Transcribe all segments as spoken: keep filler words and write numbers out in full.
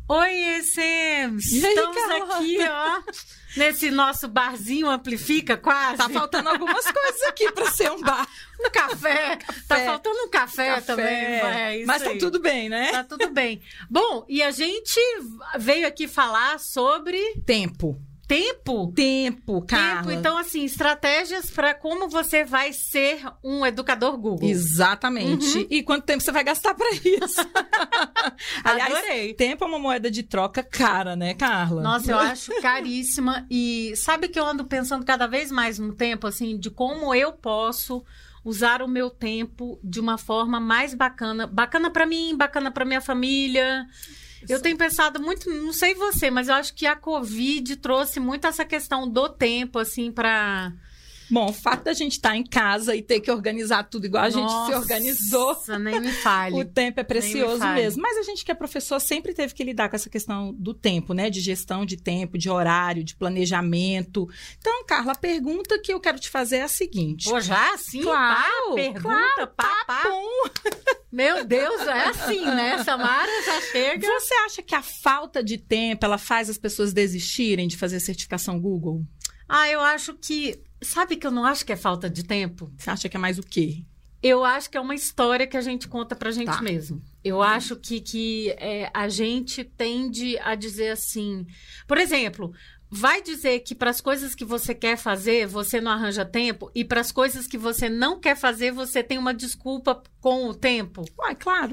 Oi, Sems! Estamos Carla? aqui, ó, nesse nosso barzinho Amplifica, quase. Tá faltando algumas coisas aqui para ser um bar. Um café. café. Tá faltando um café, café. também. É isso Mas tá aí. tudo bem, né? Tá tudo bem. Bom, e a gente veio aqui falar sobre... Tempo. Tempo? Tempo, Carla. Tempo. Então, assim, estratégias para como você vai ser um educador Google. Exatamente. Uhum. E quanto tempo você vai gastar para isso? Aliás, adorei. Tempo é uma moeda de troca cara, né, Carla? Nossa, eu acho caríssima. E sabe que eu ando pensando cada vez mais no tempo, assim, de como eu posso usar o meu tempo de uma forma mais bacana. Bacana para mim, bacana para minha família. Eu tenho pensado muito, não sei você, mas eu acho que a Covid trouxe muito essa questão do tempo, assim, para... Bom, o fato da gente estar em casa e ter que organizar tudo igual a gente Nossa, se organizou. Nem me fale. O tempo é precioso me mesmo. Mas a gente que é professor sempre teve que lidar com essa questão do tempo, né? De gestão de tempo, de horário, de planejamento. Então, Carla, a pergunta que eu quero te fazer é a seguinte. Pô, já assim? Claro, pá, pergunta, claro, pá, pá. Meu Deus, é assim, né? Samara já chega. Você acha que a falta de tempo, ela faz as pessoas desistirem de fazer certificação Google? Ah, eu acho que... Sabe que eu não acho que é falta de tempo? Você acha que é mais o quê? Eu acho que é uma história que a gente conta pra gente tá. mesmo. Eu hum. acho que, que é, a gente tende a dizer assim... Por exemplo, vai dizer que para as coisas que você quer fazer, você não arranja tempo, e para as coisas que você não quer fazer, você tem uma desculpa com o tempo? Uai, claro.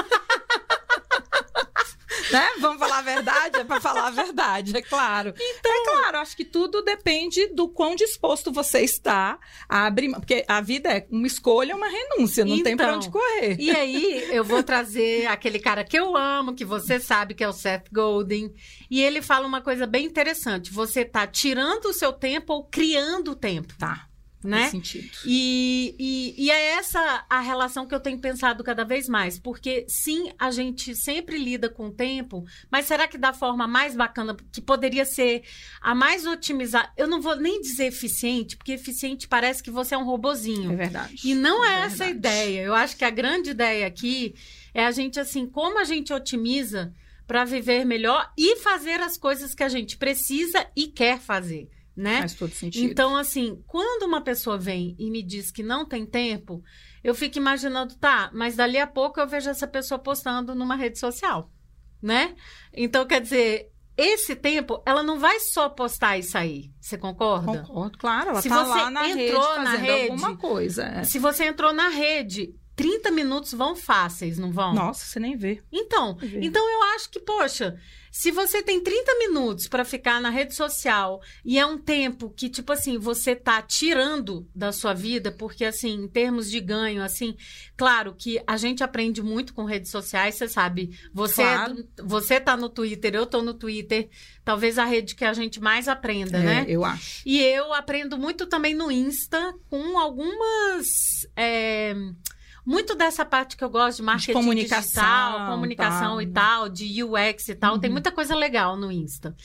Né? Vamos falar a verdade? É para falar a verdade, é claro. Então, é claro, acho que tudo depende do quão disposto você está a abrir... Porque a vida é uma escolha, uma renúncia, não então, tem para onde correr. E aí, eu vou trazer aquele cara que eu amo, que você sabe que é o Seth Godin, e ele fala uma coisa bem interessante. Você está tirando o seu tempo ou criando o tempo. Tá. Né? Faz sentido. E, e, e é essa a relação que eu tenho pensado cada vez mais. Porque, sim, a gente sempre lida com o tempo, mas será que da forma mais bacana, que poderia ser a mais otimizada? Eu não vou nem dizer eficiente, porque eficiente parece que você é um robozinho. É verdade. E não é, é essa a verdade. ideia. Eu acho que a grande ideia aqui é a gente, assim, como a gente otimiza para viver melhor e fazer as coisas que a gente precisa e quer fazer. Né? Faz todo sentido. Então, assim, quando uma pessoa vem e me diz que não tem tempo, eu fico imaginando, tá, mas dali a pouco eu vejo essa pessoa postando numa rede social, né? Então, quer dizer, esse tempo, ela não vai só postar isso aí, você concorda? Concordo, claro, ela se tá você lá na rede entrou na fazendo rede, alguma coisa. É. Se você entrou na rede, trinta minutos vão fáceis, não vão? Nossa, você nem vê. Então, vê. então eu acho que, poxa, se você tem trinta minutos para ficar na rede social e é um tempo que, tipo assim, você tá tirando da sua vida, porque, assim, em termos de ganho, assim, claro que a gente aprende muito com redes sociais, você sabe, você, claro. é do, você tá no Twitter, eu tô no Twitter, talvez a rede que a gente mais aprenda, é, né? Eu acho. E eu aprendo muito também no Insta com algumas... É, muito dessa parte que eu gosto de marketing de comunicação, digital, comunicação tá. e tal, de U X e tal. Uhum. Tem muita coisa legal no Insta.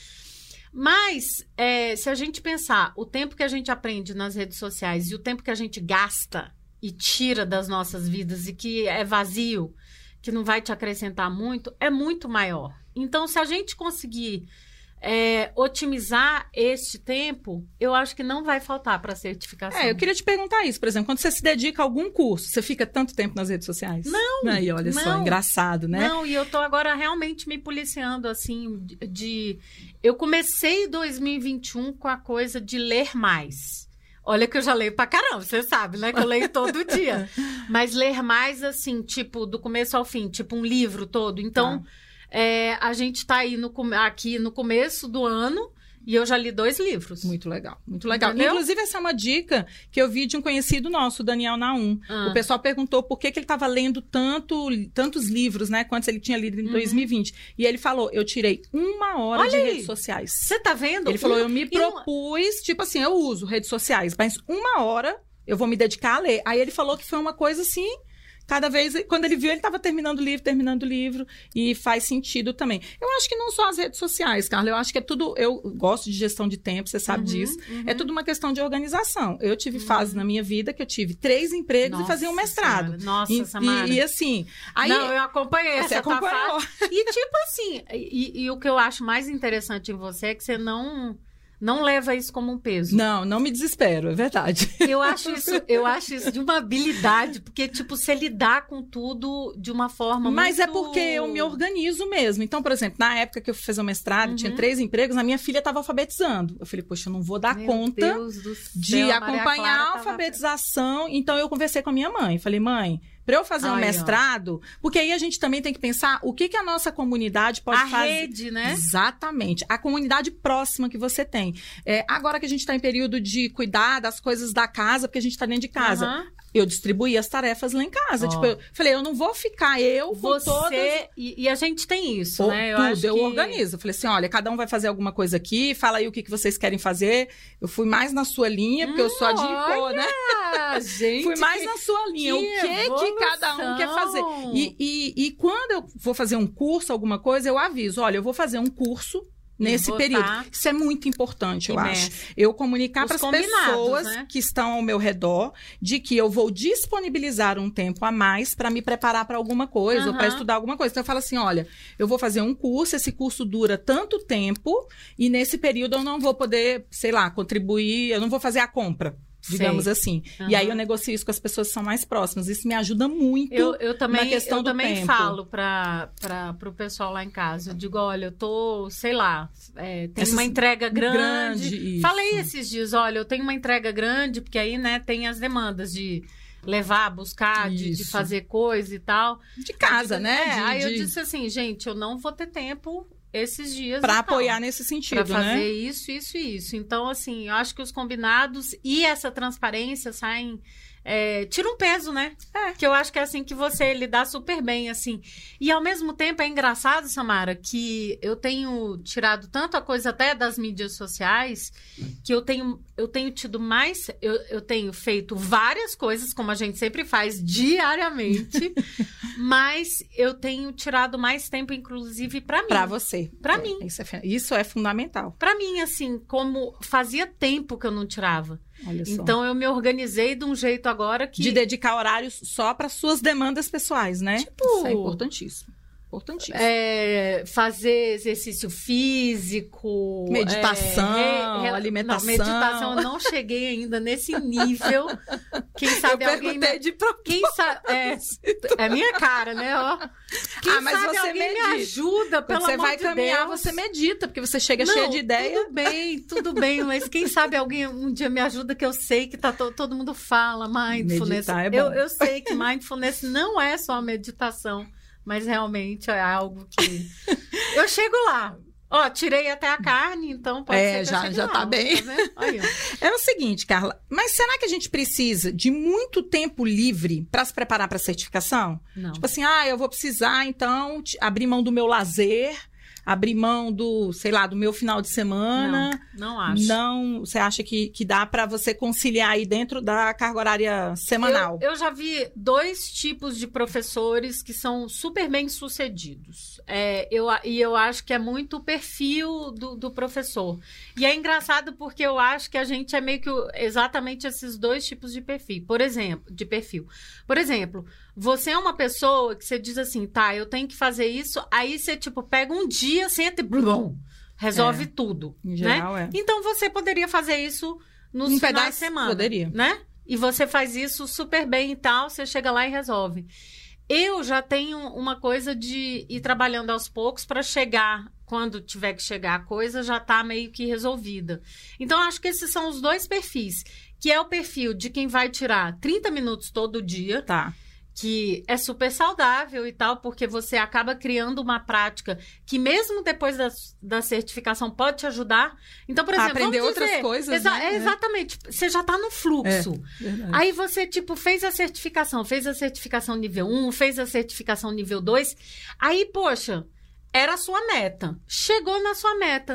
Mas, é, se a gente pensar o tempo que a gente aprende nas redes sociais e o tempo que a gente gasta e tira das nossas vidas e que é vazio, que não vai te acrescentar muito, é muito maior. Então, se a gente conseguir... É, otimizar este tempo, eu acho que não vai faltar para a certificação. É, eu queria te perguntar isso, por exemplo, quando você se dedica a algum curso, você fica tanto tempo nas redes sociais? Não, Aí, olha não, só, engraçado, né? Não, e eu tô agora realmente me policiando, assim, de... de... Eu comecei dois mil e vinte e um com a coisa de ler mais. Olha que eu já leio pra caramba, você sabe, né? Que eu leio todo dia. Mas ler mais, assim, tipo, do começo ao fim, tipo um livro todo. Então... Ah. É, a gente está aí no, aqui no começo do ano e eu já li dois livros. Muito legal, muito legal. Entendeu? Inclusive, essa é uma dica que eu vi de um conhecido nosso, o Daniel Naum. Ah. O pessoal perguntou por que, que ele estava lendo tanto, tantos livros, né? Quantos ele tinha lido em uhum. dois mil e vinte. E ele falou, eu tirei uma hora Olha de aí. redes sociais. Você tá vendo? Ele falou, um... eu me propus, uma... tipo assim, eu uso redes sociais, mas uma hora eu vou me dedicar a ler. Aí ele falou que foi uma coisa assim... cada vez, quando ele viu, ele estava terminando o livro, terminando o livro, e faz sentido também. Eu acho que não só as redes sociais, Carla, eu acho que é tudo, eu gosto de gestão de tempo, você sabe uhum, disso, uhum. é tudo uma questão de organização. Eu tive uhum. fases na minha vida que eu tive três empregos Nossa, e fazia um mestrado. Senhora. Nossa, e, Samara. E, e assim... Aí, não, eu acompanhei você essa acompanhou. E tipo assim, e, e o que eu acho mais interessante em você é que você não... Não leva isso como um peso. Não, não me desespero, é verdade. Eu acho isso, eu acho isso de uma habilidade, porque, tipo, você lidar com tudo de uma forma Mas muito... é porque eu me organizo mesmo. Então, por exemplo, na época que eu fui fazer o mestrado, uhum. tinha três empregos, a minha filha estava alfabetizando. Eu falei, poxa, eu não vou dar Meu conta Deus do céu, de a acompanhar a alfabetização. Tava... Então, eu conversei com a minha mãe. Falei, mãe... Para eu fazer Ai, um mestrado, ó. porque aí a gente também tem que pensar o que, que a nossa comunidade pode a fazer. A rede, né? Exatamente. A comunidade próxima que você tem. É, agora que a gente está em período de cuidar das coisas da casa, porque a gente está dentro de casa. Uhum. Eu distribuí as tarefas lá em casa. Oh. Tipo, eu falei, eu não vou ficar eu com você... todas... E, e a gente tem isso, Ou, né? Eu tudo, acho eu que... organizo. Eu falei assim, olha, cada um vai fazer alguma coisa aqui, fala aí o que, que vocês querem fazer. Eu fui mais na sua linha, porque hum, eu sou a de boa, né? Gente, fui mais na sua linha. Que o que evolução. que cada um quer fazer? E, e, e quando eu vou fazer um curso, alguma coisa, eu aviso, olha, eu vou fazer um curso nesse período. Isso é muito importante, eu Imerso. acho. Eu comunicar para as pessoas né? que estão ao meu redor de que eu vou disponibilizar um tempo a mais para me preparar para alguma coisa, uhum. ou para estudar alguma coisa. Então, eu falo assim, olha, eu vou fazer um curso, esse curso dura tanto tempo e nesse período eu não vou poder, sei lá, contribuir, eu não vou fazer a compra. Digamos Sei. assim. Uhum. E aí eu negocio isso com as pessoas que são mais próximas. Isso me ajuda muito eu, eu também, na questão eu do também tempo. falo para o pessoal lá em casa. Eu digo, olha, eu tô, sei lá, é, tem Essas... uma entrega grande. grande Falei esses dias, olha, eu tenho uma entrega grande, porque aí, né, tem as demandas de levar, buscar, de, de fazer coisa e tal. De casa, digo, né? É, de, aí de... eu disse assim, gente, eu não vou ter tempo... esses dias para apoiar nesse sentido, pra fazer né? isso, isso e isso. Então, assim, eu acho que os combinados e essa transparência saem... É, tira um peso, né? É. Que eu acho que é assim que você lidar super bem, assim. E, ao mesmo tempo, é engraçado, Samara, que eu tenho tirado tanta coisa até das mídias sociais, que eu tenho, eu tenho tido mais... Eu, eu tenho feito várias coisas, como a gente sempre faz, diariamente, mas eu tenho tirado mais tempo, inclusive, para mim. Para você. Para é, mim. Isso é, isso é fundamental. Para mim, assim, como fazia tempo que eu não tirava. Olha só. Então, eu me organizei de um jeito agora que... De dedicar horários só para suas demandas pessoais, né? Tipo... Isso é importantíssimo. Importantíssimo. É, fazer exercício físico... Meditação, é, re, re, alimentação... Não, meditação eu não cheguei ainda nesse nível. Quem sabe eu alguém... Me... de Quem sabe... É, é minha cara, né? Ó. Quem ah, mas sabe você alguém medita. me ajuda, pelo Quando amor você vai de caminhar, Deus. você medita, porque você chega não, cheia de ideia. Tudo bem, tudo bem, mas quem sabe alguém um dia me ajuda, que eu sei que tá to, todo mundo fala mindfulness. Meditar é bom. Eu, eu sei que mindfulness não é só meditação, mas realmente é algo que... eu chego lá. Ó, tirei até a carne, então pode é, ser que já, eu já lá, tá bem. Tá vendo? Aí, ó. É o seguinte, Carla, mas será que a gente precisa de muito tempo livre para se preparar para a certificação? Não. Tipo assim, ah, eu vou precisar, então, abrir mão do meu lazer, abrir mão do, sei lá, do meu final de semana. Não, não acho. Não, você acha que, que dá para você conciliar aí dentro da carga horária semanal? Eu, eu já vi dois tipos de professores que são super bem sucedidos. É, eu, e eu acho que é muito o perfil do, do professor. E é engraçado porque eu acho que a gente é meio que exatamente esses dois tipos de perfil. Por exemplo, de perfil. Por exemplo, você é uma pessoa que você diz assim, tá, eu tenho que fazer isso, aí você, tipo, pega um dia, senta e blum, resolve é, tudo, em geral, né? É. Então, você poderia fazer isso nos um finais pedaço, de semana. Poderia. Né? E você faz isso super bem e tal, você chega lá e resolve. Eu já tenho uma coisa de ir trabalhando aos poucos para chegar, quando tiver que chegar a coisa, já tá meio que resolvida. Então, acho que esses são os dois perfis, que é o perfil de quem vai tirar trinta minutos todo dia, tá, que é super saudável e tal, porque você acaba criando uma prática que mesmo depois da, da certificação pode te ajudar. Então, por exemplo, aprender vamos dizer, outras coisas, exa né? É, exatamente. Você já tá no fluxo. É, aí você, tipo, fez a certificação, fez a certificação nível um, fez a certificação nível dois. Aí, poxa, era a sua meta. Chegou na sua meta.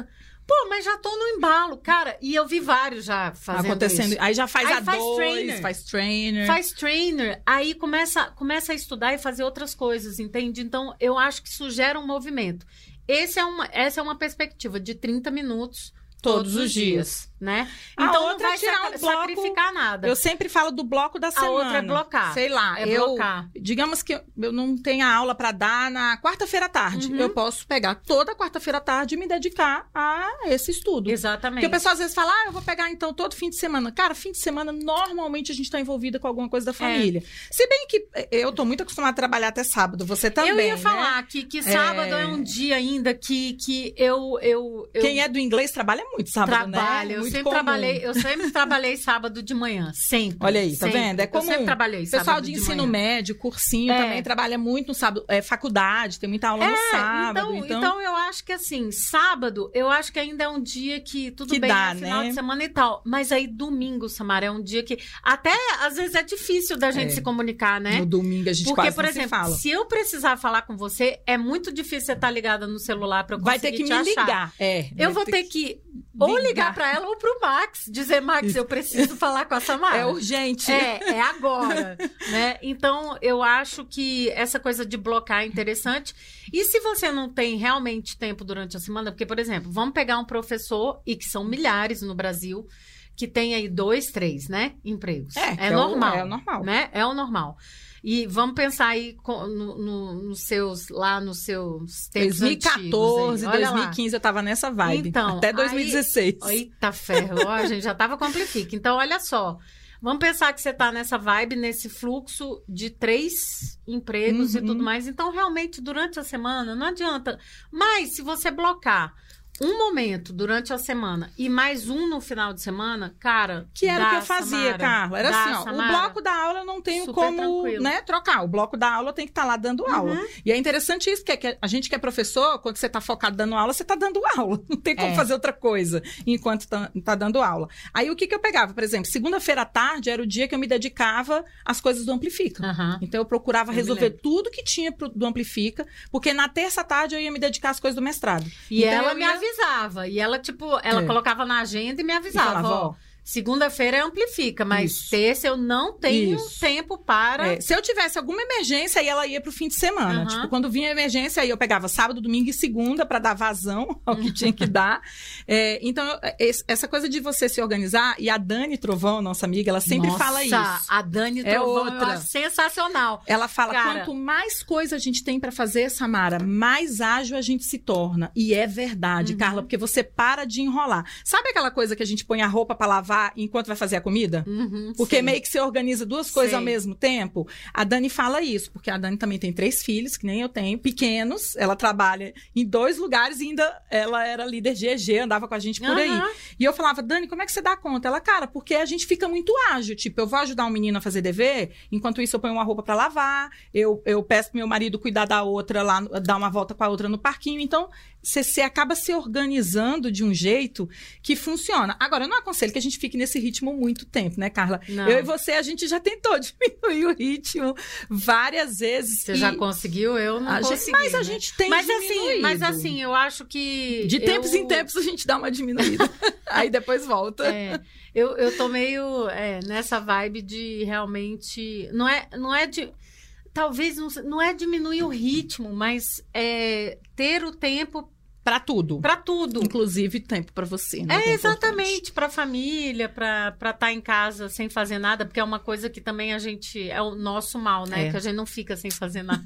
Pô, mas já tô no embalo, cara. E eu vi vários já fazendo Acontecendo. isso. Aí já faz aí a faz dois, trainer. faz trainer. Faz trainer. Aí começa, começa a estudar e fazer outras coisas, entende? Então, eu acho que isso gera um movimento. Esse é uma, essa é uma perspectiva de trinta minutos todos, todos os dias, dias, né? Então, não vai tirar um bloco, sacrificar nada. Eu sempre falo do bloco da semana. A outra é blocar. Sei lá, é eu... blocar. Digamos que eu não tenha aula para dar na quarta-feira à tarde. Uhum. Eu posso pegar toda quarta-feira à tarde e me dedicar a esse estudo. Exatamente. Porque o pessoal às vezes fala, ah, eu vou pegar então todo fim de semana. Cara, fim de semana, normalmente a gente tá envolvida com alguma coisa da família. É. Se bem que eu tô muito acostumada a trabalhar até sábado, você também, Eu ia né? falar que, que sábado é... é um dia ainda que, que eu, eu, eu... Quem é do inglês trabalha muito sábado, Trabalho. né? Eu muito sempre comum. trabalhei, eu sempre trabalhei sábado de manhã, sempre. Olha aí, tá sempre. vendo? É comum. Eu sempre trabalhei sábado Pessoal de, de ensino manhã. médio, cursinho, é. também trabalha muito no sábado. É, faculdade, tem muita aula é, no sábado. Então, então... então, eu acho que assim, sábado, eu acho que ainda é um dia que tudo que bem, dá, é final né? de semana e tal. Mas aí, domingo, Samara, é um dia que até, às vezes, é difícil da gente é. se comunicar, né? No domingo a gente Porque, quase por não exemplo, se fala. se eu precisar falar com você, é muito difícil você estar ligada no celular pra eu conseguir Vai ter que te me achar. ligar. É, eu vou ter, ter que ou ligar pra ela ou pro Max, dizer, Max, eu preciso falar com a Samara. É urgente. É, é agora, né? Então, eu acho que essa coisa de blocar é interessante. E se você não tem realmente tempo durante a semana, porque, por exemplo, vamos pegar um professor, e que são milhares no Brasil, que tem aí dois, três, né, empregos. É, é normal. É o normal. Né? É o normal. E vamos pensar aí no, no, nos seus, lá nos seus tempos dois mil e quatorze, antigos, dois mil e quinze eu tava nessa vibe. Então, até dois mil e dezesseis. Aí, eita ferro, ó, a gente já tava complifica. Então, olha só. Vamos pensar que você tá nessa vibe, nesse fluxo de três empregos uhum. e tudo mais. Então, realmente, durante a semana, não adianta. Mas, se você blocar um momento durante a semana e mais um no final de semana, cara... Que era dá, o que eu fazia, Samara, Carla. Era dá, assim, ó, Samara, o bloco da aula eu não tenho super como tranquilo. né, trocar. O bloco da aula tem que estar tá lá dando uhum. aula. E é interessante isso, que, é que a gente que é professor, quando você tá focado dando aula, você tá dando aula. Não tem como é. fazer outra coisa enquanto tá, tá dando aula. Aí, o que que eu pegava? Por exemplo, segunda-feira à tarde era o dia que eu me dedicava às coisas do Amplifica. Uhum. Então, eu procurava eu resolver tudo que tinha pro, do Amplifica, porque na terça à tarde eu ia me dedicar às coisas do mestrado. E então, ela ia... me avisava. E ela, tipo, ela é. colocava na agenda e me avisava, e falava, ó, segunda-feira Amplifica, mas Isso. terça eu não tenho Isso. tempo para... É, se eu tivesse alguma emergência, aí ela ia pro fim de semana. Uhum. Tipo, quando vinha a emergência, aí eu pegava sábado, domingo e segunda para dar vazão ao que tinha que dar. É, então, essa coisa de você se organizar, e a Dani Trovão, nossa amiga, ela sempre nossa, fala isso. a Dani Trovão é outra. eu acho sensacional. Ela fala, Cara, quanto mais coisa a gente tem para fazer, Samara, mais ágil a gente se torna. E é verdade, uhum. Carla, porque você para de enrolar. Sabe aquela coisa que a gente põe a roupa para lavar enquanto vai fazer a comida? Uhum, porque sim. meio que você organiza duas coisas Sim. ao mesmo tempo. A Dani fala isso, porque a Dani também tem três filhos, que nem eu tenho, pequenos. Ela trabalha em dois lugares e ainda ela era líder G G, andava com a gente por uhum. aí. E eu falava, Dani, como é que você dá conta? Ela, cara, porque a gente fica muito ágil. Tipo, eu vou ajudar um menino a fazer dever, enquanto isso eu ponho uma roupa pra lavar, eu, eu peço pro meu marido cuidar da outra lá, dar uma volta com a outra no parquinho. Então, você acaba se organizando de um jeito que funciona. Agora, eu não aconselho que a gente fique nesse ritmo muito tempo, né, Carla? Não. Eu e você, a gente já tentou diminuir o ritmo várias vezes. Você e... já conseguiu? Eu não a consegui. Gente, mas né? a gente tem mas diminuído. Assim, mas assim, eu acho que... De tempos eu... em tempos a gente dá uma diminuída. Aí depois volta. É, eu, eu tô meio é, nessa vibe de realmente... Não é, não é de... Talvez não, não é diminuir o ritmo, mas é ter o tempo... Para tudo. Para tudo. Inclusive tempo para você. Né? É, exatamente. Para a família, para estar tá em casa sem fazer nada, porque é uma coisa que também a gente... É o nosso mal, né? É. Que a gente não fica sem fazer nada.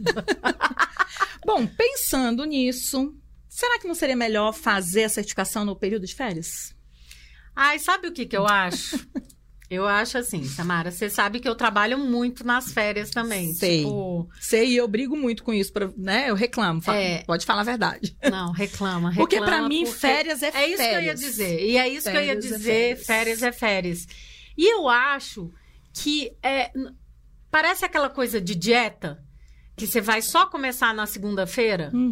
Bom, pensando nisso, será que não seria melhor fazer a certificação no período de férias? Ai, sabe o que que eu acho? Eu acho assim, Samara, você sabe que eu trabalho muito nas férias também. Sei, tipo... sei, e eu brigo muito com isso, pra, né? Eu reclamo, fala, é... pode falar a verdade. Não, reclama, reclama. Porque pra mim, porque... férias é férias. É isso que eu ia dizer, e é isso férias que eu ia dizer, é férias. férias é férias. E eu acho que é, parece aquela coisa de dieta, que você vai só começar na segunda-feira, uhum.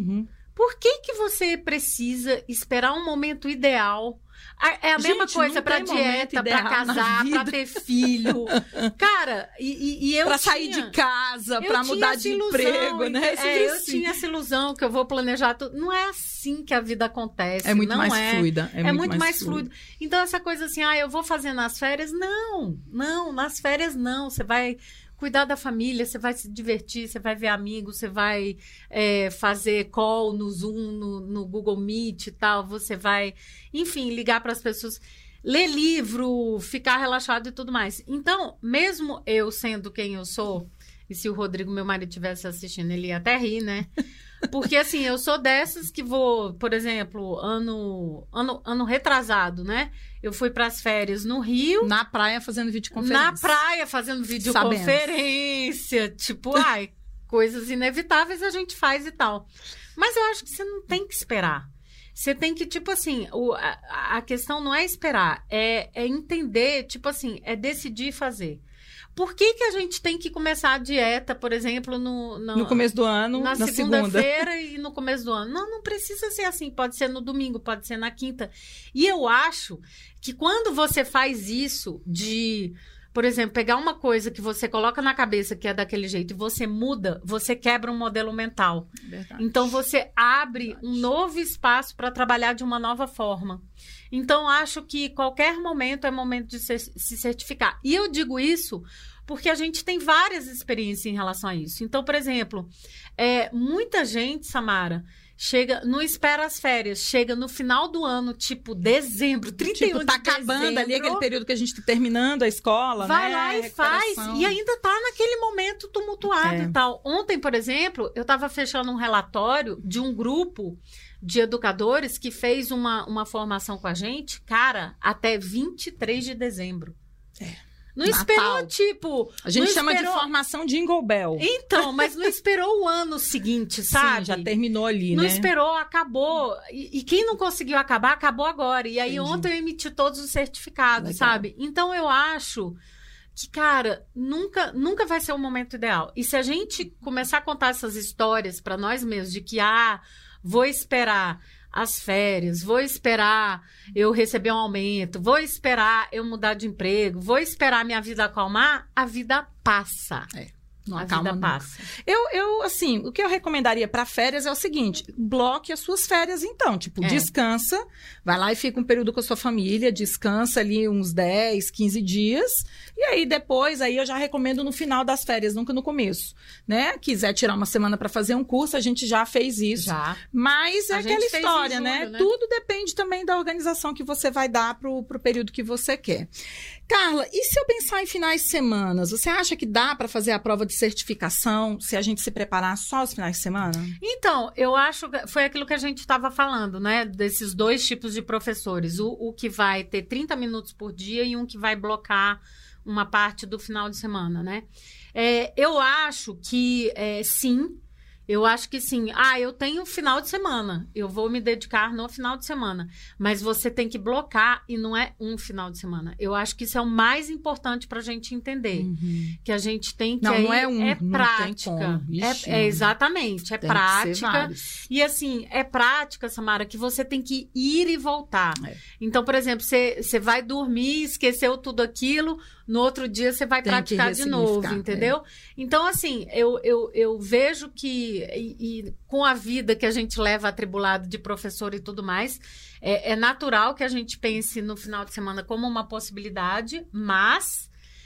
Por que que você precisa esperar um momento ideal? É a mesma Gente, coisa para dieta, para casar, para ter filho. Cara, e, e eu Pra tinha, sair de casa, para mudar de ilusão, emprego, né? É, eu tinha essa ilusão que eu vou planejar tudo. Não é assim que a vida acontece. É muito não mais é. fluida. É, é muito, muito mais, mais fluido. Então, essa coisa assim, ah, eu vou fazer nas férias. Não, não, nas férias não. Você vai cuidar da família, você vai se divertir, você vai ver amigos, você vai é, fazer call no Zoom, no, no Google Meet e tal, você vai, enfim, ligar para as pessoas, ler livro, ficar relaxado e tudo mais. Então, mesmo eu sendo quem eu sou, e se o Rodrigo, meu marido, estivesse assistindo, ele ia até rir, né? Porque, assim, eu sou dessas que vou, por exemplo, ano, ano, ano retrasado, né? Eu fui para as férias no Rio. Na praia fazendo videoconferência. Na praia fazendo videoconferência. Sabemos. Tipo, ai, coisas inevitáveis a gente faz e tal. Mas eu acho que você não tem que esperar. Você tem que, tipo assim, o, a, a questão não é esperar, é, é entender, tipo assim, é decidir fazer. Por que que a gente tem que começar a dieta, por exemplo, no... No, no começo do ano, na, na segunda-feira segunda. E no começo do ano. Não, não precisa ser assim. Pode ser no domingo, pode ser na quinta. E eu acho que quando você faz isso de... Por exemplo, pegar uma coisa que você coloca na cabeça que é daquele jeito e você muda, você quebra um modelo mental. Verdade. Então, você abre Verdade. um novo espaço para trabalhar de uma nova forma. Então, acho que qualquer momento é momento de se, se certificar. E eu digo isso porque a gente tem várias experiências em relação a isso. Então, por exemplo, é, muita gente, Samara... Chega, não espera as férias, chega no final do ano, tipo dezembro, trinta e um tipo, tá de acabando dezembro, ali aquele período que a gente tá terminando a escola, vai né? lá e faz, e ainda tá naquele momento tumultuado É. e tal. Ontem, por exemplo, eu tava fechando um relatório de um grupo de educadores que fez uma, uma formação com a gente, cara, até vinte e três de dezembro. É. Não Natal. esperou, tipo... A gente não chama esperou... de formação Jingle Bell. Então, mas não esperou o ano seguinte, sabe? Sim, já terminou ali, não né? Não esperou, acabou. E, e quem não conseguiu acabar, acabou agora. E aí, Entendi. ontem eu emiti todos os certificados, Legal. sabe? Então, eu acho que, cara, nunca, nunca vai ser o momento ideal. E se a gente começar a contar essas histórias para nós mesmos, de que, ah, vou esperar as férias, vou esperar eu receber um aumento, vou esperar eu mudar de emprego, vou esperar minha vida acalmar, a vida passa. É. Não a acalma vida nunca. passa. Eu, eu, assim, o que eu recomendaria para férias é o seguinte: bloque as suas férias, então. Tipo, É. descansa, vai lá e fica um período com a sua família, descansa ali uns dez, quinze dias. E aí, depois, aí eu já recomendo no final das férias, nunca no começo, né? Quiser tirar uma semana para fazer um curso, a gente já fez isso. Já. Mas é A aquela gente fez em história, julho, né? né? Tudo depende também da organização que você vai dar pro, pro período que você quer. Carla, e se eu pensar em finais de semana, você acha que dá para fazer a prova de certificação se a gente se preparar só os finais de semana? Então, eu acho que foi aquilo que a gente estava falando, né? Desses dois tipos de professores. O, o que vai ter trinta minutos por dia e um que vai blocar uma parte do final de semana, né? É, eu acho que é, sim. Eu acho que sim. Ah, eu tenho final de semana. Eu vou me dedicar no final de semana. Mas você tem que blocar e não é um final de semana. Eu acho que isso é o mais importante para a gente entender. Uhum. Que a gente tem que... Não, aí, não é um, é não prática. tem como. Ixi, é, é exatamente. É tem que ser prática. vários. E assim, é prática, Samara, que você tem que ir e voltar. É. Então, por exemplo, você, você vai dormir, esqueceu tudo aquilo, no outro dia você vai Tem que praticar de novo, ressignificar, entendeu? Então, assim, eu, eu, eu vejo que, e, e com a vida que a gente leva atribulado de professor e tudo mais, é, é natural que a gente pense no final de semana como uma possibilidade, mas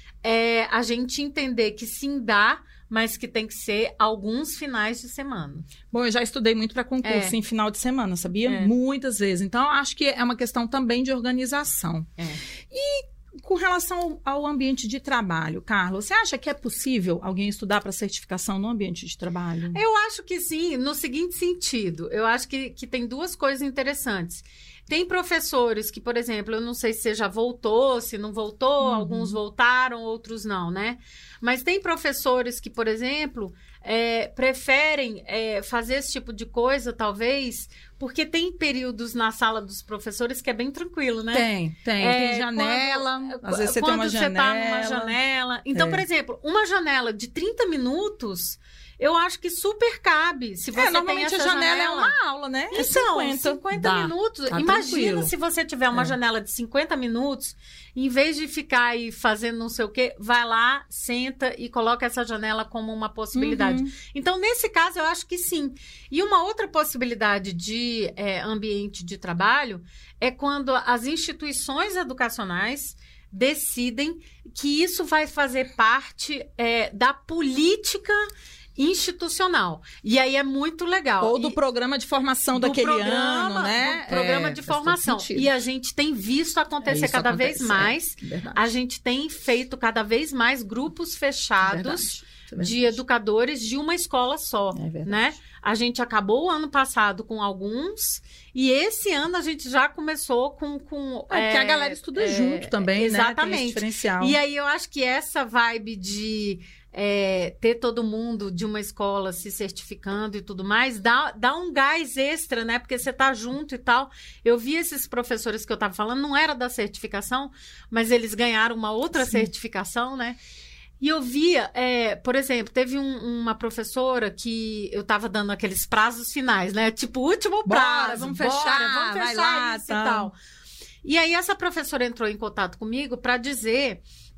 é, a gente entender que sim dá, mas que tem que ser alguns finais de semana. Bom, eu já estudei muito para concurso É. em final de semana, sabia? É. Muitas vezes. Então, eu acho que é uma questão também de organização. É. E com relação ao, ao ambiente de trabalho, Carla, você acha que é possível alguém estudar para certificação no ambiente de trabalho? Eu acho que sim, no seguinte sentido. Eu acho que, que tem duas coisas interessantes. Tem professores que, por exemplo, eu não sei se você já voltou, se não voltou, Uhum. alguns voltaram, outros não, né? Mas tem professores que, por exemplo, é, preferem é, fazer esse tipo de coisa, talvez, porque tem períodos na sala dos professores que é bem tranquilo, né? Tem, tem. É, tem janela, quando- às vezes você tem uma quando você janela. tá numa janela. Então, É. por exemplo, uma janela de trinta minutos, eu acho que super cabe. Se você é, normalmente tem essa a janela, janela é uma aula, né? É então, cinquenta, cinquenta minutos. Tá Imagina tranquilo. se você tiver uma é. janela de cinquenta minutos, em vez de ficar aí fazendo não sei o quê, vai lá, senta e coloca essa janela como uma possibilidade. Uhum. Então, nesse caso, eu acho que sim. E uma outra possibilidade de é, ambiente de trabalho é quando as instituições educacionais decidem que isso vai fazer parte é, da política institucional. E aí é muito legal. Ou do e, programa de formação do daquele programa, ano, né? Do programa é, de formação. E a gente tem visto acontecer é, cada acontece, vez mais. É, a gente tem feito cada vez mais grupos fechados verdade, verdade. de educadores de uma escola só, é né? A gente acabou o ano passado com alguns e esse ano a gente já começou com... com é, é, porque a galera estuda é, junto também, exatamente. né? Tem esse diferencial. E aí eu acho que essa vibe de... É, ter todo mundo de uma escola se certificando e tudo mais, dá, dá um gás extra, né? Porque você tá junto e tal. Eu vi esses professores que eu tava falando, não era da certificação, mas eles ganharam uma outra Sim. certificação, né? E eu via, é, por exemplo, teve um, uma professora que eu tava dando aqueles prazos finais, né? Tipo, último prazo, bora, vamos bora, fechar, vamos fechar vai lá, isso tá. e tal. E aí essa professora entrou em contato comigo para dizer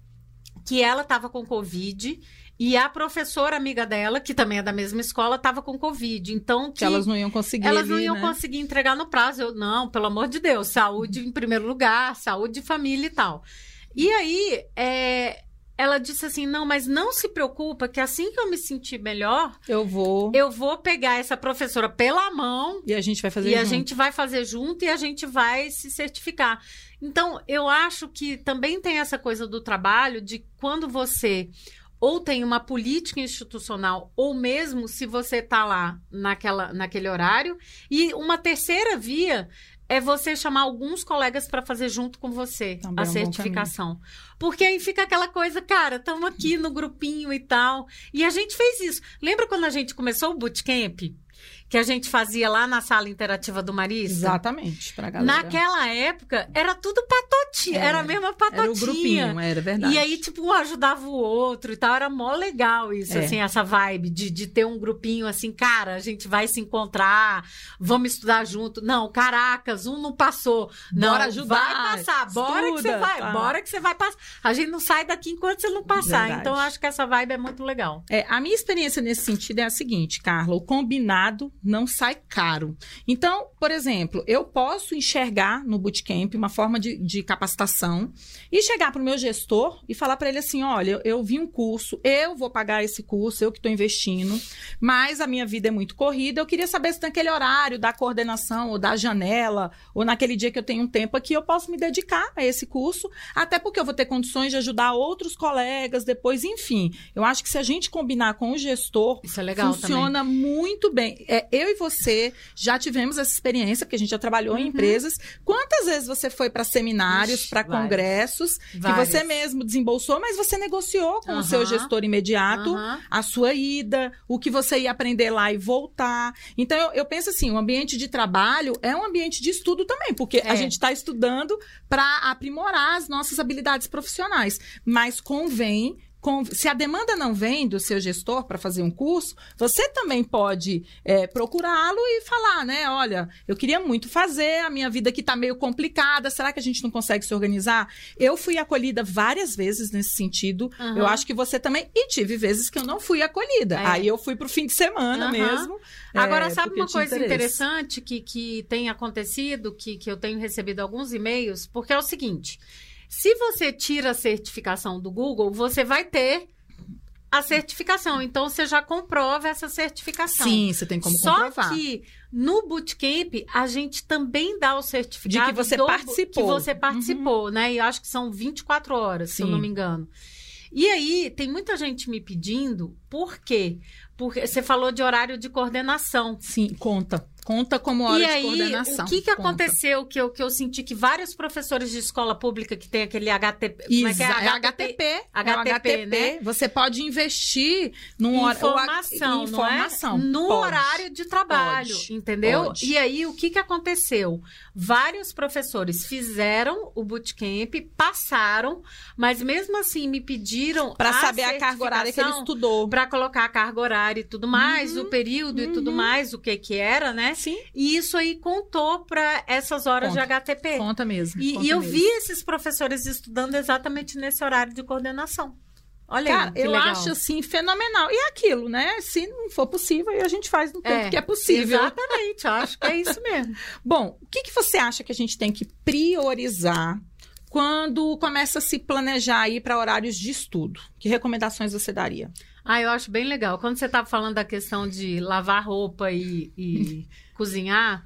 que ela estava com Covid e a professora amiga dela, que também é da mesma escola, estava com Covid. Então, que, que elas não iam conseguir. Elas ali, não iam né? conseguir entregar no prazo. Eu, não, pelo amor de Deus, saúde em primeiro lugar, saúde, família e tal. E aí, é, ela disse assim, não, mas não se preocupa, que assim que eu me sentir melhor, eu vou eu vou pegar essa professora pela mão e a gente vai fazer e junto. a gente vai fazer junto e a gente vai se certificar. Então, eu acho que também tem essa coisa do trabalho de quando você ou tem uma política institucional, ou mesmo se você está lá naquela, naquele horário. E uma terceira via é você chamar alguns colegas para fazer junto com você também a certificação. Porque aí fica aquela coisa, cara, estamos aqui no grupinho e tal. E a gente fez isso. Lembra quando a gente começou o bootcamp? Que a gente fazia lá na sala interativa do Marista? Exatamente, pra galera. Naquela época, era tudo patotinha, era, era a mesma patotinha. Era o grupinho, era verdade. E aí, tipo, um ajudava o outro e tal, era mó legal isso, é. assim, essa vibe de, de ter um grupinho assim, cara, a gente vai se encontrar, vamos estudar junto. Não, caracas, um não passou. Não, bora ajudar, vai passar, bora estuda, que você vai, tá. bora que você vai passar. A gente não sai daqui enquanto você não passar. Verdade. Então, eu acho que essa vibe é muito legal. É, a minha experiência nesse sentido é a seguinte, Carla, o combinado não sai caro. Então, por exemplo, eu posso enxergar no bootcamp uma forma de, de capacitação e chegar para o meu gestor e falar para ele assim, olha, eu, eu vi um curso, eu vou pagar esse curso, eu que estou investindo, mas a minha vida é muito corrida, eu queria saber se naquele horário da coordenação ou da janela, ou naquele dia que eu tenho um tempo aqui, eu posso me dedicar a esse curso, até porque eu vou ter condições de ajudar outros colegas depois, enfim. Eu acho que se a gente combinar com o gestor, isso é legal funciona também. muito bem. É, eu e você já tivemos essa experiência, porque a gente já trabalhou uhum. em empresas. Quantas vezes você foi para seminários, para congressos, vários. Que você mesmo desembolsou, mas você negociou com uhum. o seu gestor imediato uhum. a sua ida, o que você ia aprender lá e voltar. Então, eu, eu penso assim, o ambiente de trabalho é um ambiente de estudo também, porque é. a gente está estudando para aprimorar as nossas habilidades profissionais. Mas convém... Se a demanda não vem do seu gestor para fazer um curso, você também pode é, procurá-lo e falar, né? Olha, eu queria muito fazer, a minha vida aqui está meio complicada, será que a gente não consegue se organizar? Eu fui acolhida várias vezes nesse sentido, uhum. eu acho que você também, e tive vezes que eu não fui acolhida. É. Aí eu fui para o fim de semana uhum. mesmo. Agora, é, sabe uma coisa interesse. interessante que, que tem acontecido, que, que eu tenho recebido alguns e-mails, porque é o seguinte... Se você tira a certificação do Google, você vai ter a certificação. Então, você já comprova essa certificação. Sim, você tem como Só comprovar. Só que no Bootcamp, a gente também dá o certificado... De que você do, participou. Que você participou, uhum. né? E eu acho que são vinte e quatro horas, Sim. se eu não me engano. E aí, tem muita gente me pedindo, por quê? Porque você falou de horário de coordenação. Sim, conta. Conta como hora e de aí, coordenação. O que, que Conta. aconteceu que eu, que eu senti que vários professores de escola pública que tem aquele H T P... Isso, como é que é? é H T P. H T P, é o H T P, né? Você pode investir num hor... informação, informação, não é? No pode. horário de trabalho, Pode. entendeu? Pode. E aí, o que, que aconteceu? Vários professores fizeram o bootcamp, passaram, mas mesmo assim me pediram para saber a carga horária que ele estudou. Para colocar a carga horária e tudo mais, uhum, o período uhum. e tudo mais, o que que era, né? Sim. E isso aí contou para essas horas Conta. de H T P. Conta mesmo. E, conta e eu mesmo. vi esses professores estudando exatamente nesse horário de coordenação. Olha Cara, aí, que eu legal. acho assim fenomenal. E é aquilo, né? Se não for possível, aí a gente faz no tempo É, que é possível. Exatamente, eu acho que é isso mesmo. Bom, o que, que você acha que a gente tem que priorizar quando começa a se planejar aí para horários de estudo? Que recomendações você daria? Ah, eu acho bem legal. Quando você estava falando da questão de lavar roupa e, e cozinhar,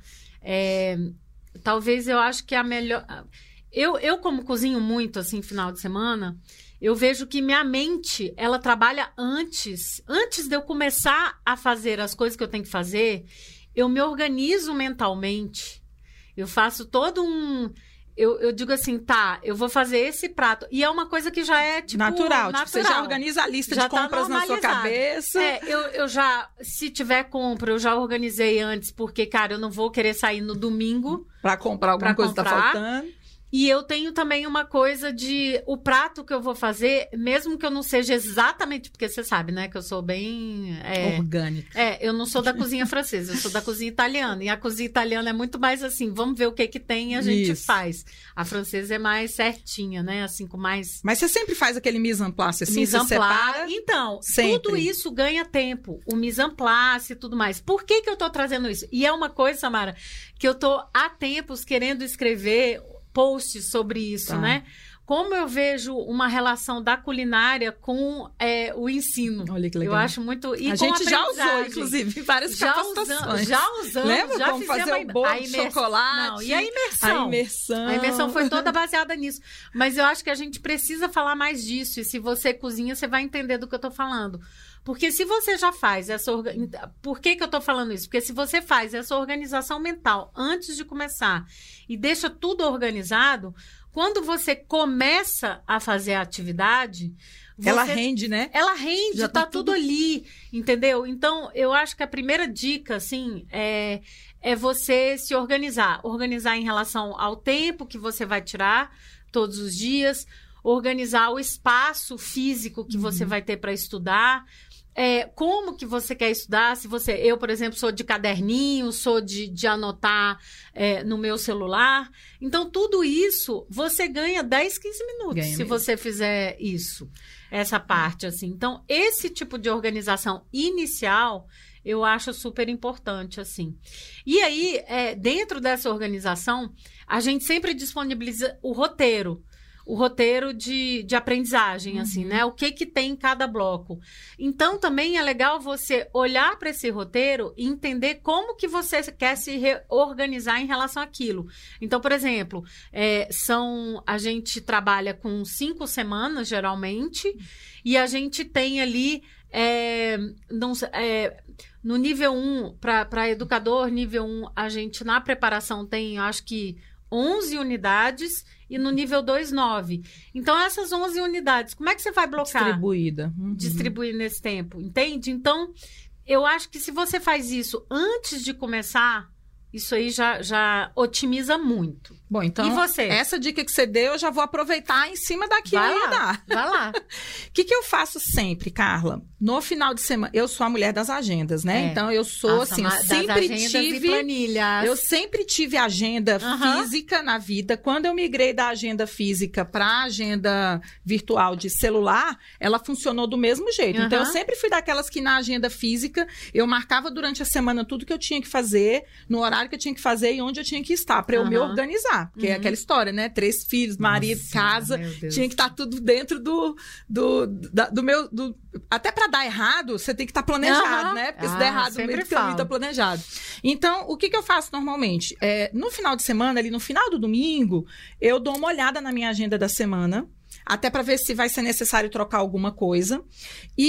é, talvez eu acho que a melhor... Eu, eu, como cozinho muito, assim, final de semana, eu vejo que minha mente, ela trabalha antes. Antes de eu começar a fazer as coisas que eu tenho que fazer, eu me organizo mentalmente. Eu faço todo um... Eu, eu digo assim, tá, eu vou fazer esse prato. E é uma coisa que já é, tipo, natural. natural. Tipo, você já organiza a lista já de compras tá na sua cabeça. É, eu, eu já, se tiver compra, eu já organizei antes, porque, cara, eu não vou querer sair no domingo. Pra comprar alguma pra coisa que tá comprar. faltando. E eu tenho também uma coisa de... O prato que eu vou fazer, mesmo que eu não seja exatamente... Porque você sabe, né? Que eu sou bem... É, orgânica. É, eu não sou da cozinha francesa, eu sou da cozinha italiana. E a cozinha italiana é muito mais assim, vamos ver o que que tem e a gente Isso. faz. A francesa é mais certinha, né? Assim, com mais... Mas você sempre faz aquele mise en place, assim, mise você en place. separa? Então, sempre. Tudo isso ganha tempo. O mise en place e tudo mais. Por que que eu tô trazendo isso? E é uma coisa, Samara, que eu tô há tempos querendo escrever... posts sobre isso, tá. né? Como eu vejo uma relação da culinária com é, o ensino. Olha que legal. Eu acho muito... E a com gente já usou, aprendizagem. inclusive, em várias já capacitações. Usamos, já usamos. Lembra já como fazer a, o bolo a de imers... chocolate? Não, e a imersão. A imersão. A imersão foi toda baseada nisso. Mas eu acho que a gente precisa falar mais disso. E se você cozinha, você vai entender do que eu tô falando. Porque se você já faz essa... Orga... Por que que eu tô falando isso? Porque se você faz essa organização mental antes de começar e deixa tudo organizado, quando você começa a fazer a atividade... Você... Ela rende, né? Ela rende, já tá, tá tudo tudo ali, entendeu? Então, eu acho que a primeira dica, assim, é, é você se organizar. Organizar em relação ao tempo que você vai tirar todos os dias, organizar o espaço físico que uhum. você vai ter para estudar, é, como que você quer estudar, se você... Eu, por exemplo, sou de caderninho, sou de, de anotar é, no meu celular. Então, tudo isso, você ganha dez, quinze minutos ganha se mesmo. Você fizer isso, essa parte, assim. Então, esse tipo de organização inicial, eu acho super importante, assim. E aí, é, dentro dessa organização, a gente sempre disponibiliza o roteiro. O roteiro de, de aprendizagem, uhum. assim, né? O que que tem em cada bloco. Então, também é legal você olhar para esse roteiro e entender como que você quer se reorganizar em relação àquilo. Então, por exemplo, é, são, a gente trabalha com cinco semanas, geralmente, e a gente tem ali... É, não, é, no nível um, para educador, nível um, a gente, na preparação, tem, acho que, onze unidades... E no nível dois, nove. Então, essas onze unidades, como é que você vai blocar? Distribuída. Uhum. Distribuir nesse tempo, entende? Então, eu acho que se você faz isso antes de começar, isso aí já, já otimiza muito. Bom, então, e você? Essa dica que você deu, eu já vou aproveitar em cima daquilo vai e lá, dar. Vai lá. O que, que eu faço sempre, Carla? No final de semana, eu sou a mulher das agendas, né? É. Então, eu sou, Nossa, assim, eu sempre tive... E planilhas. Eu sempre tive agenda uhum. física na vida. Quando eu migrei da agenda física para a agenda virtual de celular, ela funcionou do mesmo jeito. Uhum. Então, eu sempre fui daquelas que na agenda física, eu marcava durante a semana tudo que eu tinha que fazer, no horário que eu tinha que fazer e onde eu tinha que estar, para eu uhum. me organizar. Porque uhum. é aquela história, né? Três filhos, marido, Nossa, casa. Tinha que estar tudo dentro do, do, da, do meu... Do... Até para dar errado, você tem que estar planejado, uhum. né? Porque ah, se der errado, no meio do caminho tá planejado. Então, o que, que eu faço normalmente? É, no final de semana, ali no final do domingo, eu dou uma olhada na minha agenda da semana, até para ver se vai ser necessário trocar alguma coisa. E...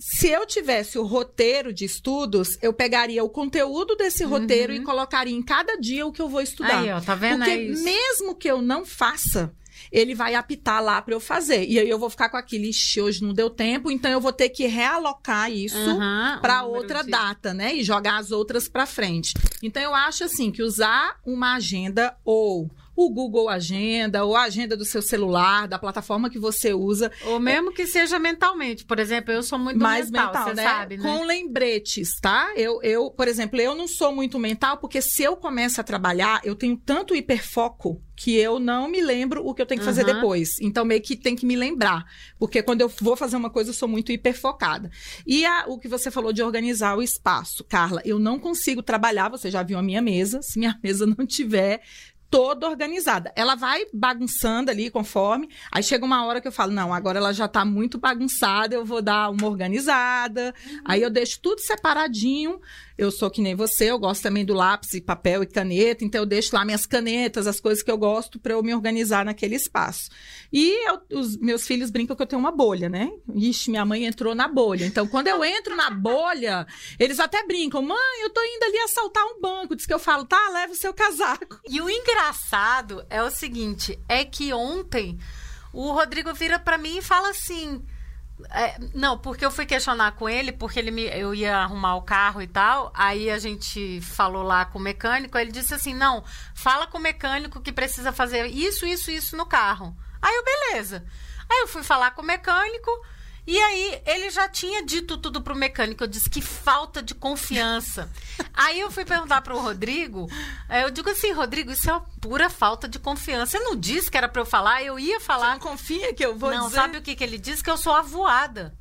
se eu tivesse o roteiro de estudos, eu pegaria o conteúdo desse roteiro uhum. e colocaria em cada dia o que eu vou estudar. Aí, ó, tá vendo? Porque é isso. mesmo que eu não faça, ele vai apitar lá para eu fazer. E aí eu vou ficar com aquilo, ixi, hoje não deu tempo, então eu vou ter que realocar isso uhum, para um outra de... data, né? E jogar as outras para frente. Então eu acho assim que usar uma agenda ou o Google Agenda, ou a agenda do seu celular, da plataforma que você usa. Ou mesmo é... que seja mentalmente. Por exemplo, eu sou muito mais mental, mental, você né? sabe, né? Com lembretes, tá? Eu, eu, por exemplo, eu não sou muito mental, porque se eu começo a trabalhar, eu tenho tanto hiperfoco que eu não me lembro o que eu tenho que fazer uhum. depois. Então, meio que tem que me lembrar. Porque quando eu vou fazer uma coisa, eu sou muito hiperfocada. E a, o que você falou de organizar o espaço. Carla, eu não consigo trabalhar, você já viu a minha mesa, se minha mesa não tiver toda organizada. Ela vai bagunçando ali conforme, aí chega uma hora que eu falo, não, agora ela já tá muito bagunçada, eu vou dar uma organizada, uhum. aí eu deixo tudo separadinho. Eu sou que nem você, eu gosto também do lápis, papel e caneta, então eu deixo lá minhas canetas, as coisas que eu gosto para eu me organizar naquele espaço. E eu, os meus filhos brincam que eu tenho uma bolha, né? Ixi, minha mãe entrou na bolha. Então, quando eu entro na bolha, eles até brincam, mãe, eu tô indo ali assaltar um banco. Diz que eu falo, tá, leva o seu casaco. E o engraçado é o seguinte, é que ontem o Rodrigo vira para mim e fala assim... É, não, porque eu fui questionar com ele, porque ele me, eu ia arrumar o carro e tal, aí a gente falou lá com o mecânico, ele disse assim, não, fala com o mecânico que precisa fazer isso, isso, isso no carro. Aí eu, beleza. Aí eu fui falar com o mecânico, e aí ele já tinha dito tudo pro mecânico, eu disse, que falta de confiança. Aí eu fui perguntar pro Rodrigo, eu digo assim, Rodrigo, isso é uma pura falta de confiança. Você não disse que era pra eu falar, eu ia falar. Você não confia que eu vou não, dizer? Não, sabe o que, que ele disse? Que eu sou avoada.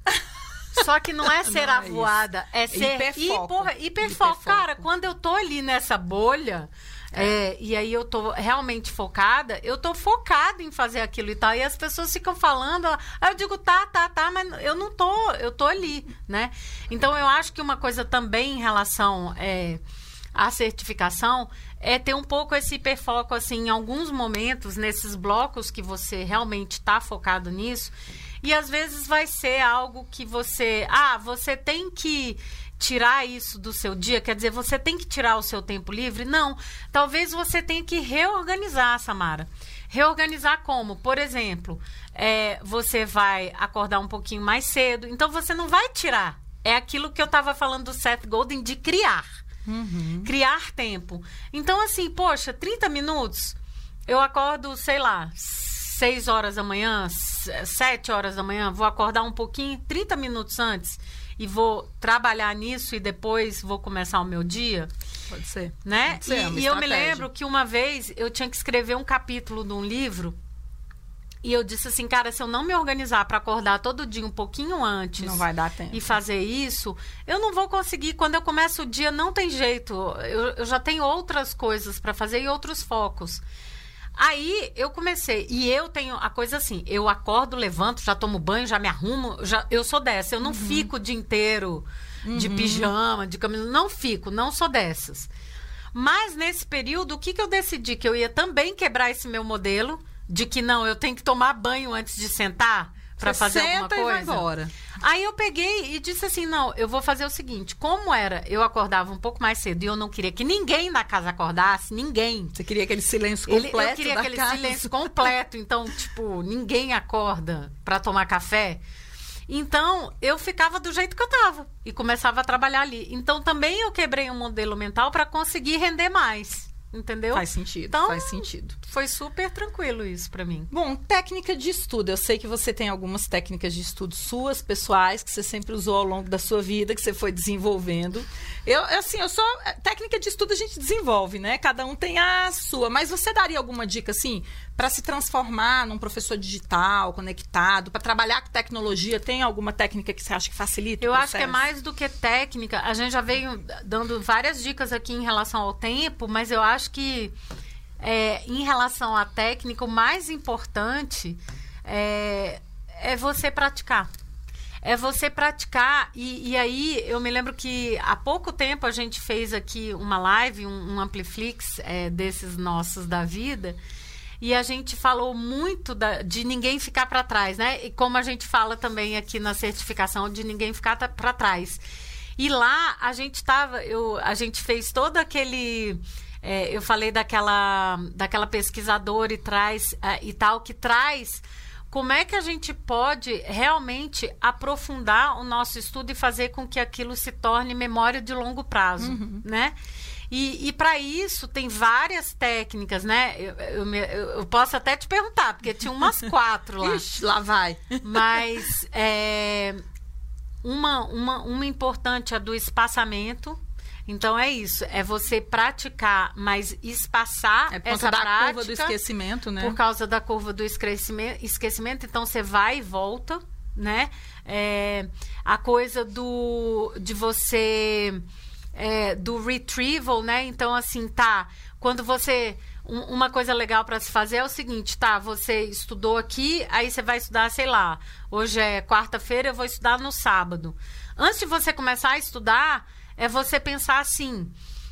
Só que não é ser não avoada, é, é ser hiperfoco. Porra, hiperfoco. hiperfoco. Cara, quando eu tô ali nessa bolha... É, e aí eu tô realmente focada, eu tô focada em fazer aquilo e tal, e as pessoas ficam falando, aí eu digo, tá, tá, tá, mas eu não tô, eu tô ali, né? Então eu acho que uma coisa também em relação é, à certificação é ter um pouco esse hiperfoco, assim, em alguns momentos, nesses blocos que você realmente tá focado nisso, e às vezes vai ser algo que você, ah, você tem que tirar isso do seu dia, quer dizer, você tem que tirar o seu tempo livre? Não. Talvez você tenha que reorganizar, Samara. Reorganizar como? Por exemplo, é, você vai acordar um pouquinho mais cedo, então você não vai tirar. É aquilo que eu estava falando do Seth Godin, de criar. Uhum. Criar tempo. Então, assim, poxa, trinta minutos, eu acordo, sei lá, seis horas da manhã, sete horas da manhã, vou acordar um pouquinho, trinta minutos antes, e vou trabalhar nisso e depois vou começar o meu dia. Pode ser. Né? Pode ser, é uma e, e eu me lembro que uma vez eu tinha que escrever um capítulo de um livro e eu disse assim, cara, se eu não me organizar para acordar todo dia um pouquinho antes... Não vai dar tempo. E fazer isso, eu não vou conseguir. Quando eu começo o dia, não tem jeito. Eu, eu já tenho outras coisas para fazer e outros focos. Aí eu comecei, e eu tenho a coisa assim, eu acordo, levanto, já tomo banho, já me arrumo, já, eu sou dessa, eu não uhum. fico o dia inteiro de uhum. pijama, de camisa, não fico, não sou dessas. Mas nesse período, o que, que eu decidi? Que eu ia também quebrar esse meu modelo, de que não, eu tenho que tomar banho antes de sentar para fazer alguma coisa. E vai embora. Aí eu peguei e disse assim, não, eu vou fazer o seguinte, como era, eu acordava um pouco mais cedo e eu não queria que ninguém na casa acordasse, ninguém. Você queria aquele silêncio completo Ele, Eu queria da aquele casa. silêncio completo, então, tipo, ninguém acorda para tomar café. Então, eu ficava do jeito que eu tava e começava a trabalhar ali. Então, também eu quebrei um modelo mental para conseguir render mais. Entendeu? Faz sentido, então, faz sentido. Foi super tranquilo isso pra mim. Bom, técnica de estudo. Eu sei que você tem algumas técnicas de estudo suas, pessoais, que você sempre usou ao longo da sua vida, que você foi desenvolvendo. Eu, assim, eu sou... Técnica de estudo a gente desenvolve, né? Cada um tem a sua. Mas você daria alguma dica, assim, para se transformar num professor digital, conectado, para trabalhar com tecnologia? Tem alguma técnica que você acha que facilita Eu o processo? acho que é mais do que técnica. A gente já veio dando várias dicas aqui em relação ao tempo, mas eu acho que é, em relação à técnica, o mais importante é, é você praticar. É você praticar. E, e aí, eu me lembro que há pouco tempo a gente fez aqui uma live, um, um Ampliflix é, desses nossos da vida. e a gente falou muito da, de ninguém ficar para trás, né? E como a gente fala também aqui na certificação, de ninguém ficar para trás. E lá a gente estava, eu, a gente fez todo aquele... É, eu falei daquela, daquela pesquisadora e, traz, uh, e tal, que traz como é que a gente pode realmente aprofundar o nosso estudo e fazer com que aquilo se torne memória de longo prazo, uhum. né? E, e para isso tem várias técnicas, né? Eu, eu, eu, eu posso até te perguntar, porque tinha umas quatro lá. Ixi, lá vai. Mas é, uma, uma, uma importante é do espaçamento. Então é isso, é você praticar, mas espaçar é por essa da prática. Curva do esquecimento, né? Por causa da curva do esquecimento, esquecimento então você vai e volta, né? É, a coisa do de você é, do retrieval, né? Então assim, tá, quando você um, uma coisa legal para se fazer é o seguinte, tá, você estudou aqui, aí você vai estudar, sei lá, hoje é quarta-feira, eu vou estudar no sábado. Antes de você começar a estudar, é você pensar assim,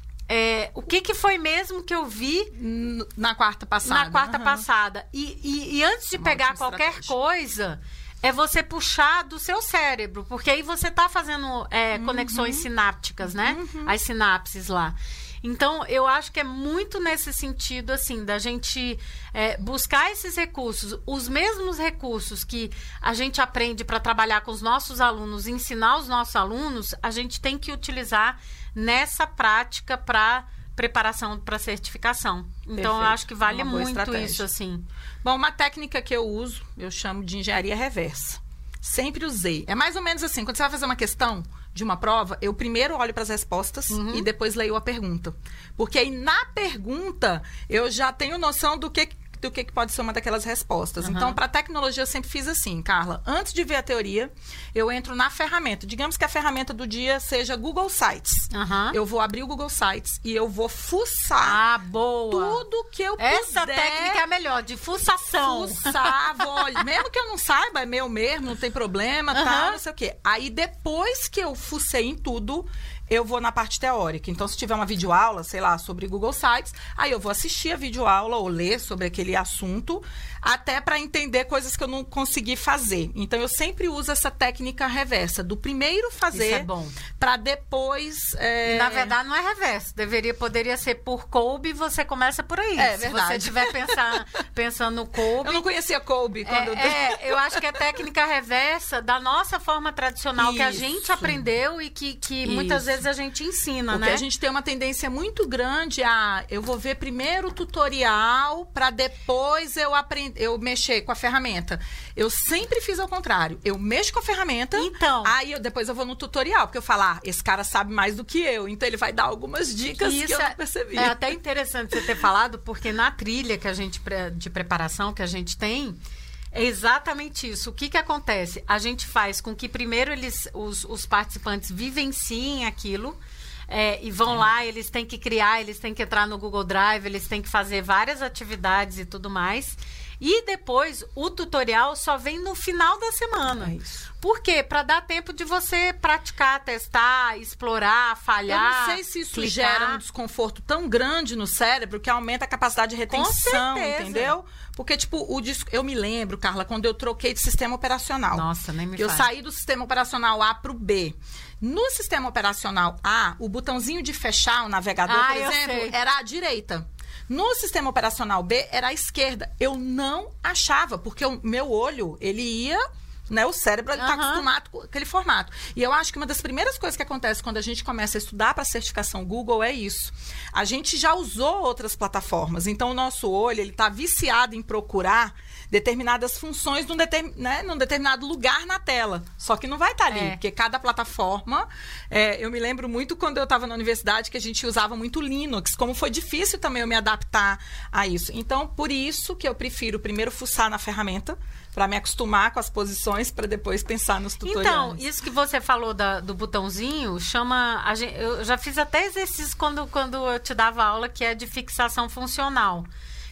é, o que, que foi mesmo que eu vi na quarta passada. Na quarta uhum. passada. E, e, e antes de Uma pegar qualquer estratégia. coisa, é você puxar do seu cérebro, porque aí você está fazendo é, uhum. conexões sinápticas, né? Uhum. As sinapses lá. Então, eu acho que é muito nesse sentido, assim, da gente é, buscar esses recursos, os mesmos recursos que a gente aprende para trabalhar com os nossos alunos, ensinar os nossos alunos, a gente tem que utilizar nessa prática para preparação para certificação. Então, Perfeito. eu acho que vale muito estratégia. isso, assim. Bom, uma técnica que eu uso, eu chamo de engenharia reversa. Sempre usei. É mais ou menos assim, quando você vai fazer uma questão de uma prova, eu primeiro olho para as respostas uhum. e depois leio a pergunta. Porque aí, na pergunta, eu já tenho noção do que, do que pode ser uma daquelas respostas. Uhum. Então, para tecnologia, eu sempre fiz assim, Carla. Antes de ver a teoria, eu entro na ferramenta. Digamos que a ferramenta do dia seja Google Sites. Uhum. Eu vou abrir o Google Sites e eu vou fuçar ah, boa. tudo que eu puder. Essa técnica é a melhor, de fuçação. Fuçar, vou, mesmo que eu não saiba, é meu mesmo, não tem problema, uhum. tal, não sei o quê. Aí, depois que eu fucei em tudo, eu vou na parte teórica. Então, se tiver uma videoaula, sei lá, sobre Google Sites, aí eu vou assistir a videoaula ou ler sobre aquele assunto, até para entender coisas que eu não consegui fazer. Então, eu sempre uso essa técnica reversa, do primeiro fazer, Isso é bom. para depois... É... E, na verdade, não é reverso. Deveria, poderia ser por Kolbe, você começa por aí. É Se verdade. você estiver pensar, pensando no Kolbe... Eu não conhecia Kolbe. Quando é, eu... é, eu acho que é técnica reversa da nossa forma tradicional, Isso. que a gente aprendeu e que, que muitas vezes a gente ensina, Porque né? a gente tem uma tendência muito grande a... Eu vou ver primeiro o tutorial para depois eu aprender, eu mexer com a ferramenta. Eu sempre fiz ao contrário. Eu mexo com a ferramenta, então, aí eu, depois eu vou no tutorial, porque eu falo, ah, esse cara sabe mais do que eu, então ele vai dar algumas dicas Isso que eu não percebi. É, é até interessante você ter falado, porque na trilha que a gente, de preparação que a gente tem, é exatamente isso. O que que acontece? A gente faz com que primeiro eles, os, os participantes vivenciem aquilo, é, e vão lá, eles têm que criar, eles têm que entrar no Google Drive, eles têm que fazer várias atividades e tudo mais. E depois, o tutorial só vem no final da semana. É isso. Por quê? Para dar tempo de você praticar, testar, explorar, falhar. Eu não sei se isso clicar. gera um desconforto tão grande no cérebro que aumenta a capacidade de retenção, entendeu? Porque, tipo, o disco, eu me lembro, Carla, quando eu troquei de sistema operacional. Nossa, nem me Eu faz. saí do sistema operacional A para o B. No sistema operacional A, o botãozinho de fechar o navegador, ah, por exemplo, sei. era à direita. No sistema operacional B, era à esquerda. Eu não achava, porque o meu olho, ele ia... Né, o cérebro está uhum. acostumado com aquele formato. E eu acho que uma das primeiras coisas que acontece quando a gente começa a estudar para a certificação Google é isso. A gente já usou outras plataformas, então o nosso olho ele está viciado em procurar determinadas funções num, determin, né, num determinado lugar na tela. Só que não vai estar tá ali, é. porque cada plataforma... É, eu me lembro muito quando eu estava na universidade que a gente usava muito Linux, como foi difícil também eu me adaptar a isso. Então, por isso que eu prefiro primeiro fuçar na ferramenta, para me acostumar com as posições, para depois pensar nos tutoriais. Então, isso que você falou da, do botãozinho, chama... A gente, eu já fiz até exercício quando, quando eu te dava aula, que é de fixação funcional.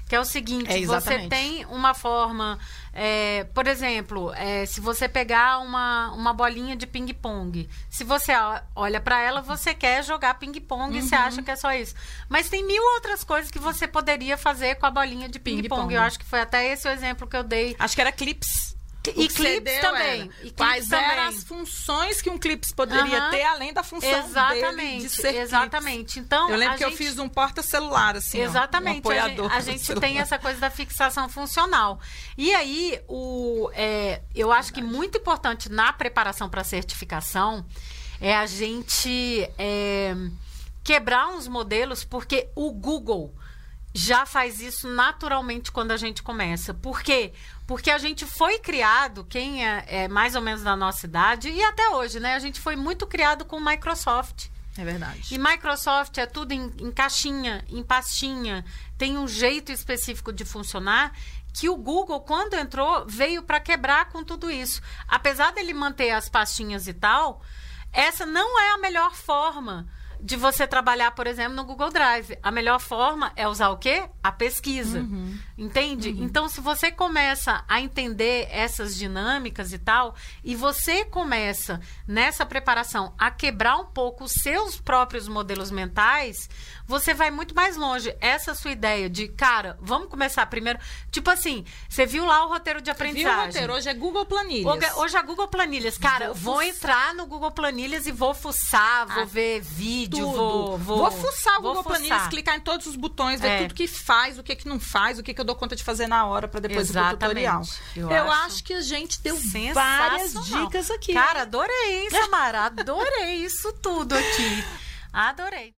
Que é o seguinte, é você tem uma forma... É, por exemplo, é, se você pegar uma, uma bolinha de ping-pong, se você olha para ela, você quer jogar ping-pong uhum. e você acha que é só isso. Mas tem mil outras coisas que você poderia fazer com a bolinha de ping-pong. Eu acho que foi até esse o exemplo que eu dei. Acho que era clips. E clips também. E Quais clips eram também. as funções que um clips poderia uhum. ter, além da função exatamente, dele de ser exatamente. Clips. Então, eu lembro que gente... eu fiz um porta-celular, assim, exatamente. ó, um apoiador. A gente, a gente tem essa coisa da fixação funcional. E aí, o, é, eu acho que muito importante na preparação para a certificação é a gente é, quebrar uns modelos, porque o Google já faz isso naturalmente quando a gente começa. Por quê? Porque a gente foi criado, quem é, é mais ou menos da nossa idade, e até hoje, né? A gente foi muito criado com Microsoft. É verdade. E Microsoft é tudo em, em caixinha, em pastinha. Tem um jeito específico de funcionar que o Google, quando entrou, veio para quebrar com tudo isso. Apesar dele manter as pastinhas e tal, essa não é a melhor forma de você trabalhar, por exemplo, no Google Drive. A melhor forma é usar o quê? A pesquisa. Uhum. Entende? Uhum. Então, se você começa a entender essas dinâmicas e tal, e você começa, nessa preparação, a quebrar um pouco os seus próprios modelos mentais, você vai muito mais longe. Essa sua ideia de, cara, vamos começar primeiro... Tipo assim, você viu lá o roteiro de aprendizagem. Viu o roteiro? Hoje é Google Planilhas. Hoje é Google Planilhas. Cara, vou, vou entrar no Google Planilhas e vou fuçar, vou ah, ver vídeo. Tudo. Vou, vou, vou fuçar o vou Google fuçar. Planilhas, clicar em todos os botões, ver é. tudo que faz, o que, que não faz, o que, que eu dou conta de fazer na hora para depois Exatamente. ir pro tutorial. Eu, eu acho... acho que a gente deu várias dicas aqui. Cara, adorei, hein, Samara? Adorei isso tudo aqui. Adorei.